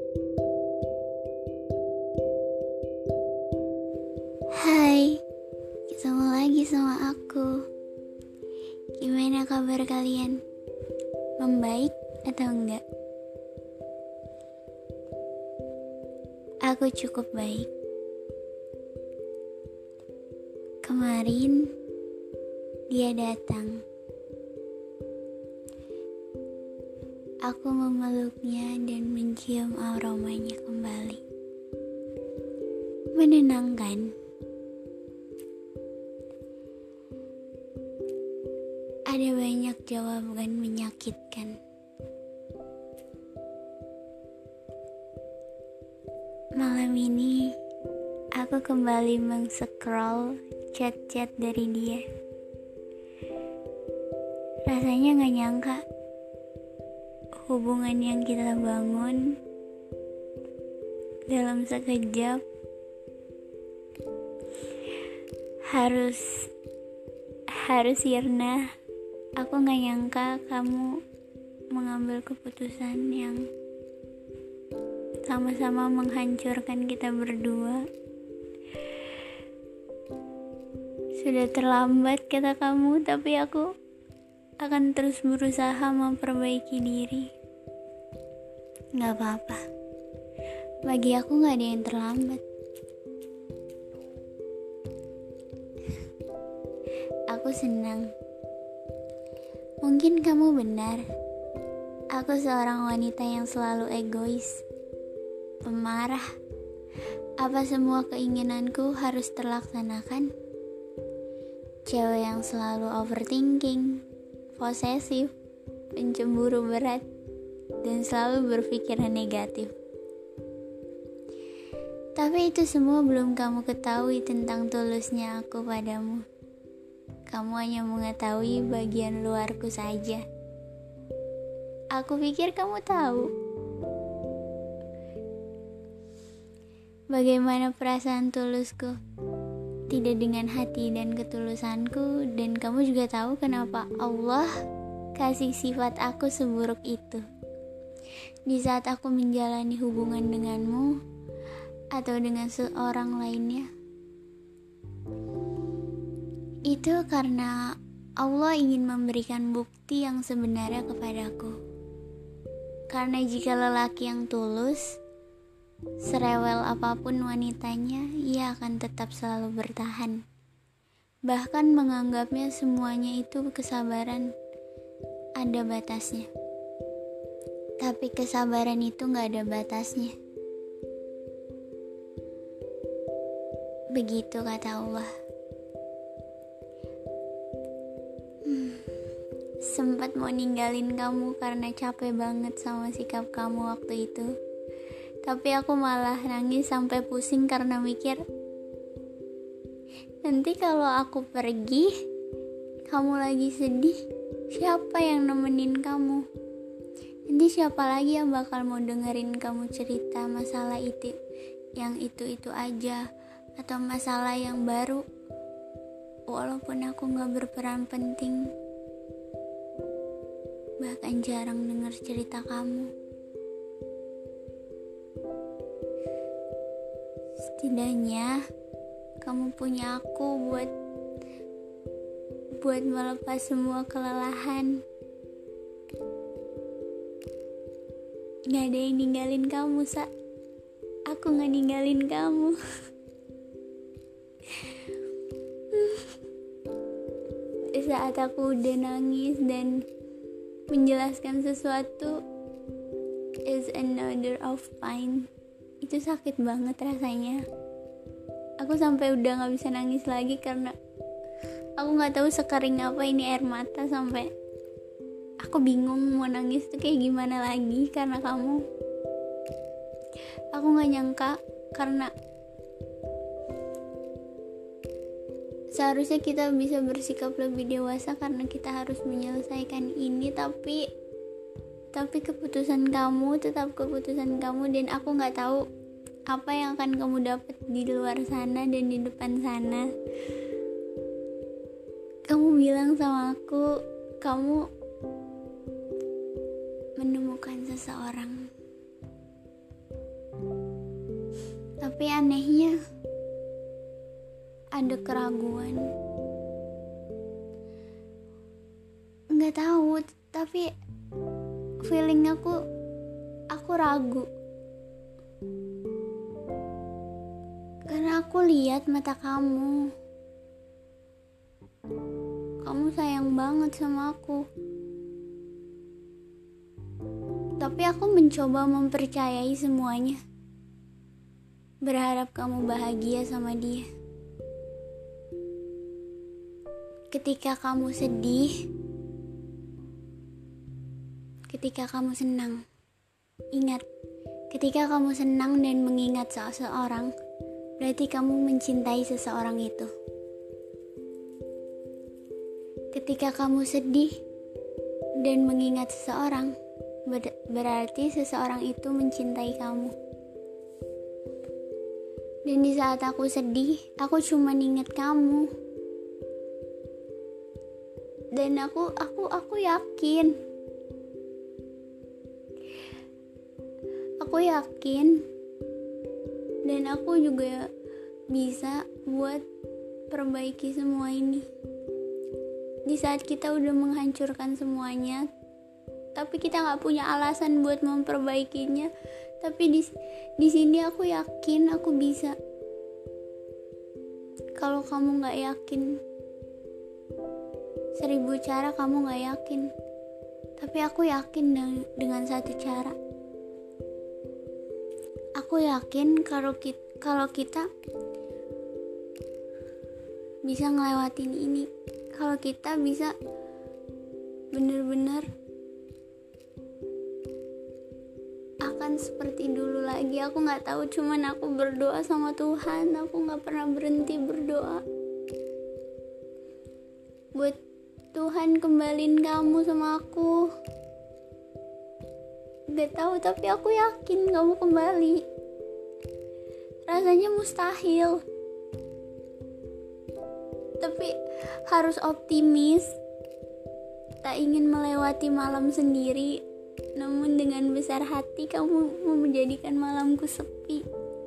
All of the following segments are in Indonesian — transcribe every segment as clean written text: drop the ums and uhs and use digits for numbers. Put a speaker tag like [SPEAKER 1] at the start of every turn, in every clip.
[SPEAKER 1] Hai, ketemu lagi sama aku. Gimana kabar kalian? Membaik atau enggak? Aku cukup baik. Kemarin dia datang. Aku memeluknya dan mencium aromanya kembali. Menenangkan. Ada banyak jawaban menyakitkan. Malam ini aku kembali meng-scroll chat-chat dari dia. Rasanya gak nyangka hubungan yang kita bangun dalam sekejap harus sirna. Aku gak nyangka kamu mengambil keputusan yang sama-sama menghancurkan kita berdua. Sudah terlambat kata kamu, tapi aku akan terus berusaha memperbaiki diri. Gak apa-apa, bagi aku gak ada yang terlambat. Aku senang. Mungkin kamu benar. Aku seorang wanita yang selalu egois, pemarah. Apa semua keinginanku harus terlaksanakan? Cewek yang selalu overthinking, posesif, pencemburu berat, dan selalu berpikiran negatif. Tapi itu semua belum kamu ketahui tentang tulusnya aku padamu. Kamu hanya mengetahui bagian luarku saja. Aku pikir kamu tahu bagaimana perasaan tulusku. Tidak dengan hati dan ketulusanku. Dan kamu juga tahu kenapa Allah kasih sifat aku seburuk itu. Di saat aku menjalani hubungan denganmu atau dengan seorang lainnya, itu karena Allah ingin memberikan bukti yang sebenarnya kepadaku. Karena jika lelaki yang tulus, serewel apapun wanitanya, ia akan tetap selalu bertahan. Bahkan menganggapnya semuanya itu kesabaran, ada batasnya. Tapi kesabaran itu gak ada batasnya. Begitu kata Allah. Sempat mau ninggalin kamu karena capek banget sama sikap kamu waktu itu. Tapi aku malah nangis sampai pusing karena mikir, nanti kalau aku pergi, kamu lagi sedih, siapa yang nemenin kamu? Nanti siapa lagi yang bakal mau dengerin kamu cerita masalah itu, yang itu aja, atau masalah yang baru? Walaupun aku gak berperan penting, bahkan jarang dengar cerita kamu. Setidaknya kamu punya aku buat melepas semua kelelahan. Gak ada yang ninggalin kamu, Sa. Aku gak ninggalin kamu. Di saat aku udah nangis dan menjelaskan sesuatu is another of pain, itu sakit banget rasanya. Aku sampai udah gak bisa nangis lagi karena aku gak tahu sekering apa ini air mata, sampai aku bingung mau nangis tuh kayak gimana lagi karena kamu. Aku gak nyangka, karena seharusnya kita bisa bersikap lebih dewasa karena kita harus menyelesaikan ini, tapi keputusan kamu tetap keputusan kamu, dan aku gak tahu apa yang akan kamu dapat di luar sana dan di depan sana. Kamu bilang sama aku, kamu menemukan seseorang Tapi anehnya ada keraguan. Nggak tahu, tapi feeling aku ragu. Karena aku lihat mata kamu. Kamu sayang banget sama aku. Tapi aku mencoba mempercayai semuanya. Berharap kamu bahagia sama dia. Ketika kamu sedih, ketika kamu senang, ingat, ketika kamu senang dan mengingat seseorang, berarti kamu mencintai seseorang itu. Ketika kamu sedih dan mengingat seseorang, berarti seseorang itu mencintai kamu. Dan di saat aku sedih, aku cuma ingat kamu. Dan aku yakin. Aku yakin. Dan aku juga bisa buat perbaiki semua ini. Di saat kita udah menghancurkan semuanya, tapi kita nggak punya alasan buat memperbaikinya. Tapi di sini aku yakin aku bisa. Kalau kamu nggak yakin, 1000 cara kamu nggak yakin. Tapi aku yakin dengan satu cara. Aku yakin kalau kita bisa ngelewatin ini. Kalau kita bisa bener-bener akan seperti dulu lagi. Aku gak tahu, cuman aku berdoa sama Tuhan. Aku gak pernah berhenti berdoa buat Tuhan kembaliin kamu sama aku. Gak tahu, tapi aku yakin kamu kembali. Rasanya mustahil, tapi harus optimis. Tak ingin melewati malam sendiri, namun dengan besar hati kamu mau menjadikan malamku sepi.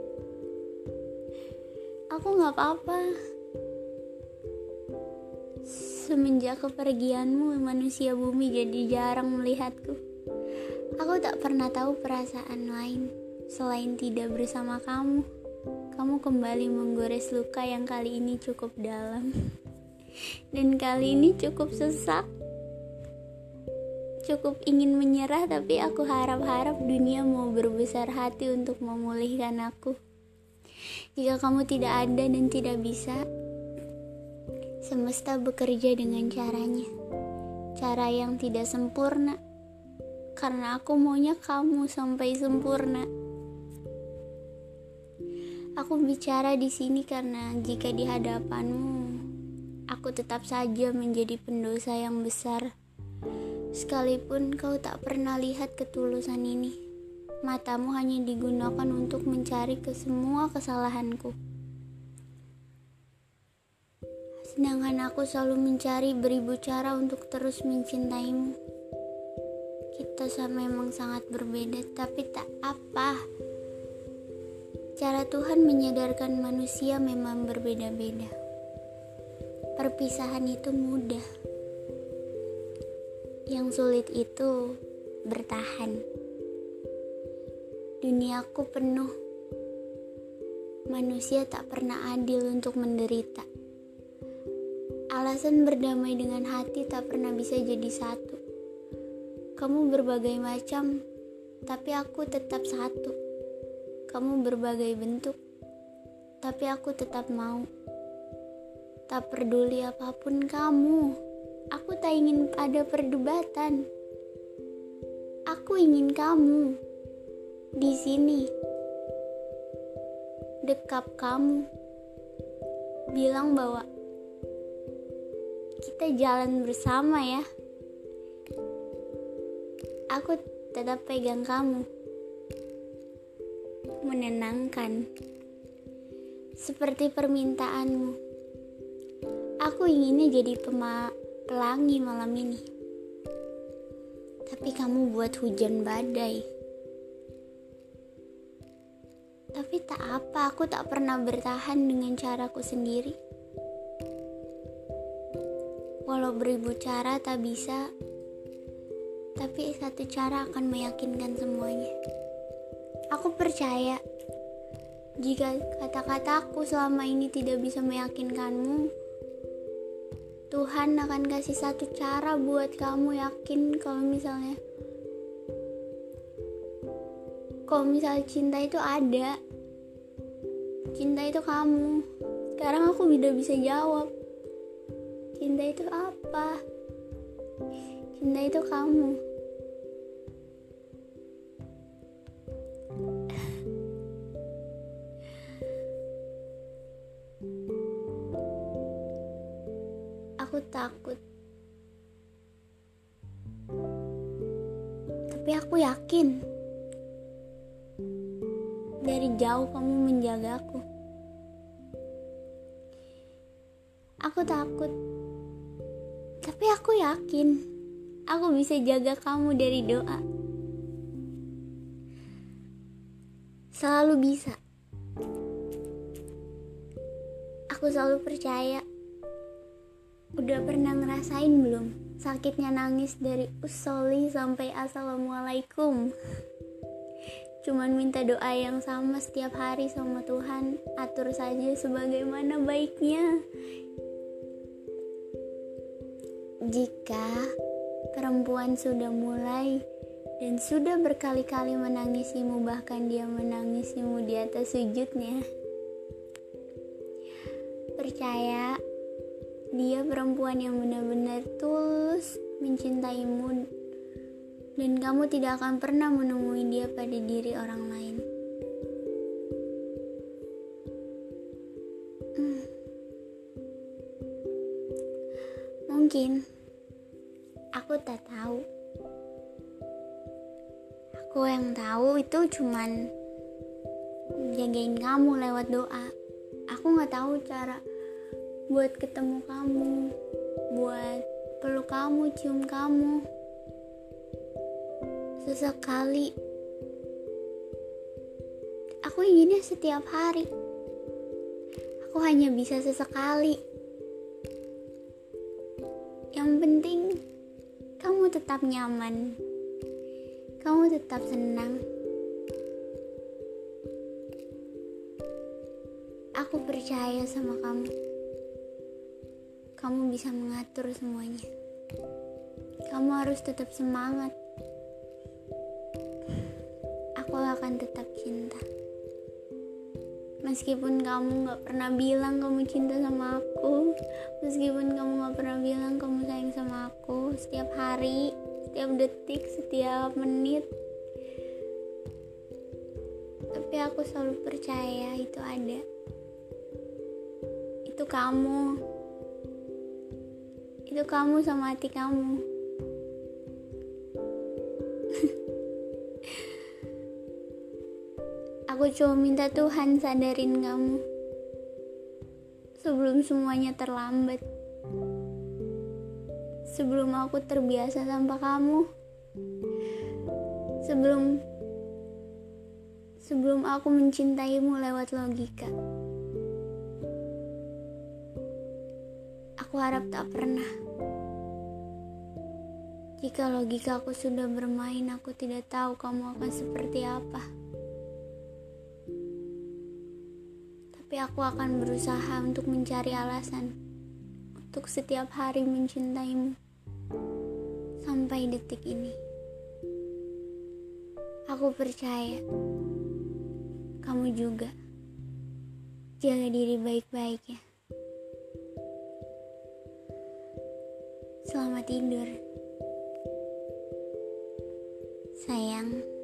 [SPEAKER 1] Aku gak apa-apa. Semenjak kepergianmu, manusia bumi jadi jarang melihatku. Aku tak pernah tahu perasaan lain selain tidak bersama kamu. Kamu kembali menggores luka yang kali ini cukup dalam. Dan kali ini cukup sesak. Cukup ingin menyerah, tapi aku harap-harap dunia mau berbesar hati untuk memulihkan aku. Jika kamu tidak ada dan tidak bisa, semesta bekerja dengan caranya. Cara yang tidak sempurna, karena aku maunya kamu sampai sempurna. Aku bicara di sini karena jika di hadapanmu, aku tetap saja menjadi pendosa yang besar. Sekalipun kau tak pernah lihat ketulusan ini, matamu hanya digunakan untuk mencari ke semua kesalahanku. Sedangkan aku selalu mencari beribu cara untuk terus mencintaimu. Kita memang sangat berbeda, tapi tak apa. Cara Tuhan menyadarkan manusia memang berbeda-beda. Perpisahan itu mudah. Yang sulit itu bertahan. Duniaku penuh. Manusia tak pernah adil untuk menderita. Alasan berdamai dengan hati tak pernah bisa jadi satu. Kamu berbagai macam, tapi aku tetap satu. Kamu berbagai bentuk, tapi aku tetap mau. Tak peduli apapun kamu, aku tak ingin ada perdebatan. Aku ingin kamu di sini, dekap kamu, bilang bahwa kita jalan bersama ya. Aku tetap pegang kamu, menenangkan, seperti permintaanmu. Aku inginnya jadi pelangi malam ini, tapi kamu buat hujan badai. Tapi tak apa, aku tak pernah bertahan dengan caraku sendiri. Walau beribu cara tak bisa, tapi satu cara akan meyakinkan semuanya. Aku percaya, jika kata-kataku selama ini tidak bisa meyakinkanmu, Tuhan akan kasih satu cara buat kamu yakin kalau misalnya cinta itu ada. Cinta itu kamu. Sekarang aku udah bisa jawab. Cinta itu apa? Cinta itu kamu. Aku takut. Tapi aku yakin. Dari jauh kamu menjagaku. Aku takut. Tapi aku yakin. Aku bisa jaga kamu dari doa. Selalu bisa. Aku selalu percaya. Udah pernah ngerasain belum sakitnya nangis dari ussoli sampai assalamualaikum? Cuman minta doa yang sama setiap hari sama Tuhan. Atur saja sebagaimana baiknya. Jika perempuan sudah mulai dan sudah berkali-kali menangisimu, bahkan dia menangisimu di atas sujudnya, percaya dia perempuan yang benar-benar tulus mencintaimu, dan kamu tidak akan pernah menemui dia pada diri orang lain. Mungkin aku tak tahu. Aku yang tahu itu cuman jagain kamu lewat doa. Aku gak tahu cara buat ketemu kamu, buat peluk kamu, cium kamu. Sesekali aku inginnya setiap hari. Aku hanya bisa sesekali. Yang penting kamu tetap nyaman, kamu tetap senang. Aku percaya sama kamu. Kamu bisa mengatur semuanya. Kamu harus tetap semangat. Aku akan tetap cinta. Meskipun kamu gak pernah bilang kamu cinta sama aku, meskipun kamu gak pernah bilang kamu sayang sama aku, setiap hari, setiap detik, setiap menit, tapi aku selalu percaya itu ada. Itu kamu sama hati kamu. Aku cuma minta Tuhan sadarin kamu sebelum semuanya terlambat, sebelum aku terbiasa tanpa kamu, sebelum aku mencintaimu lewat logika. Aku harap tak pernah. Jika logika aku sudah bermain, aku tidak tahu kamu akan seperti apa. Tapi aku akan berusaha untuk mencari alasan untuk setiap hari mencintaimu sampai detik ini. Aku percaya kamu juga. Jaga diri baik-baik ya. Selamat tidur, sayang.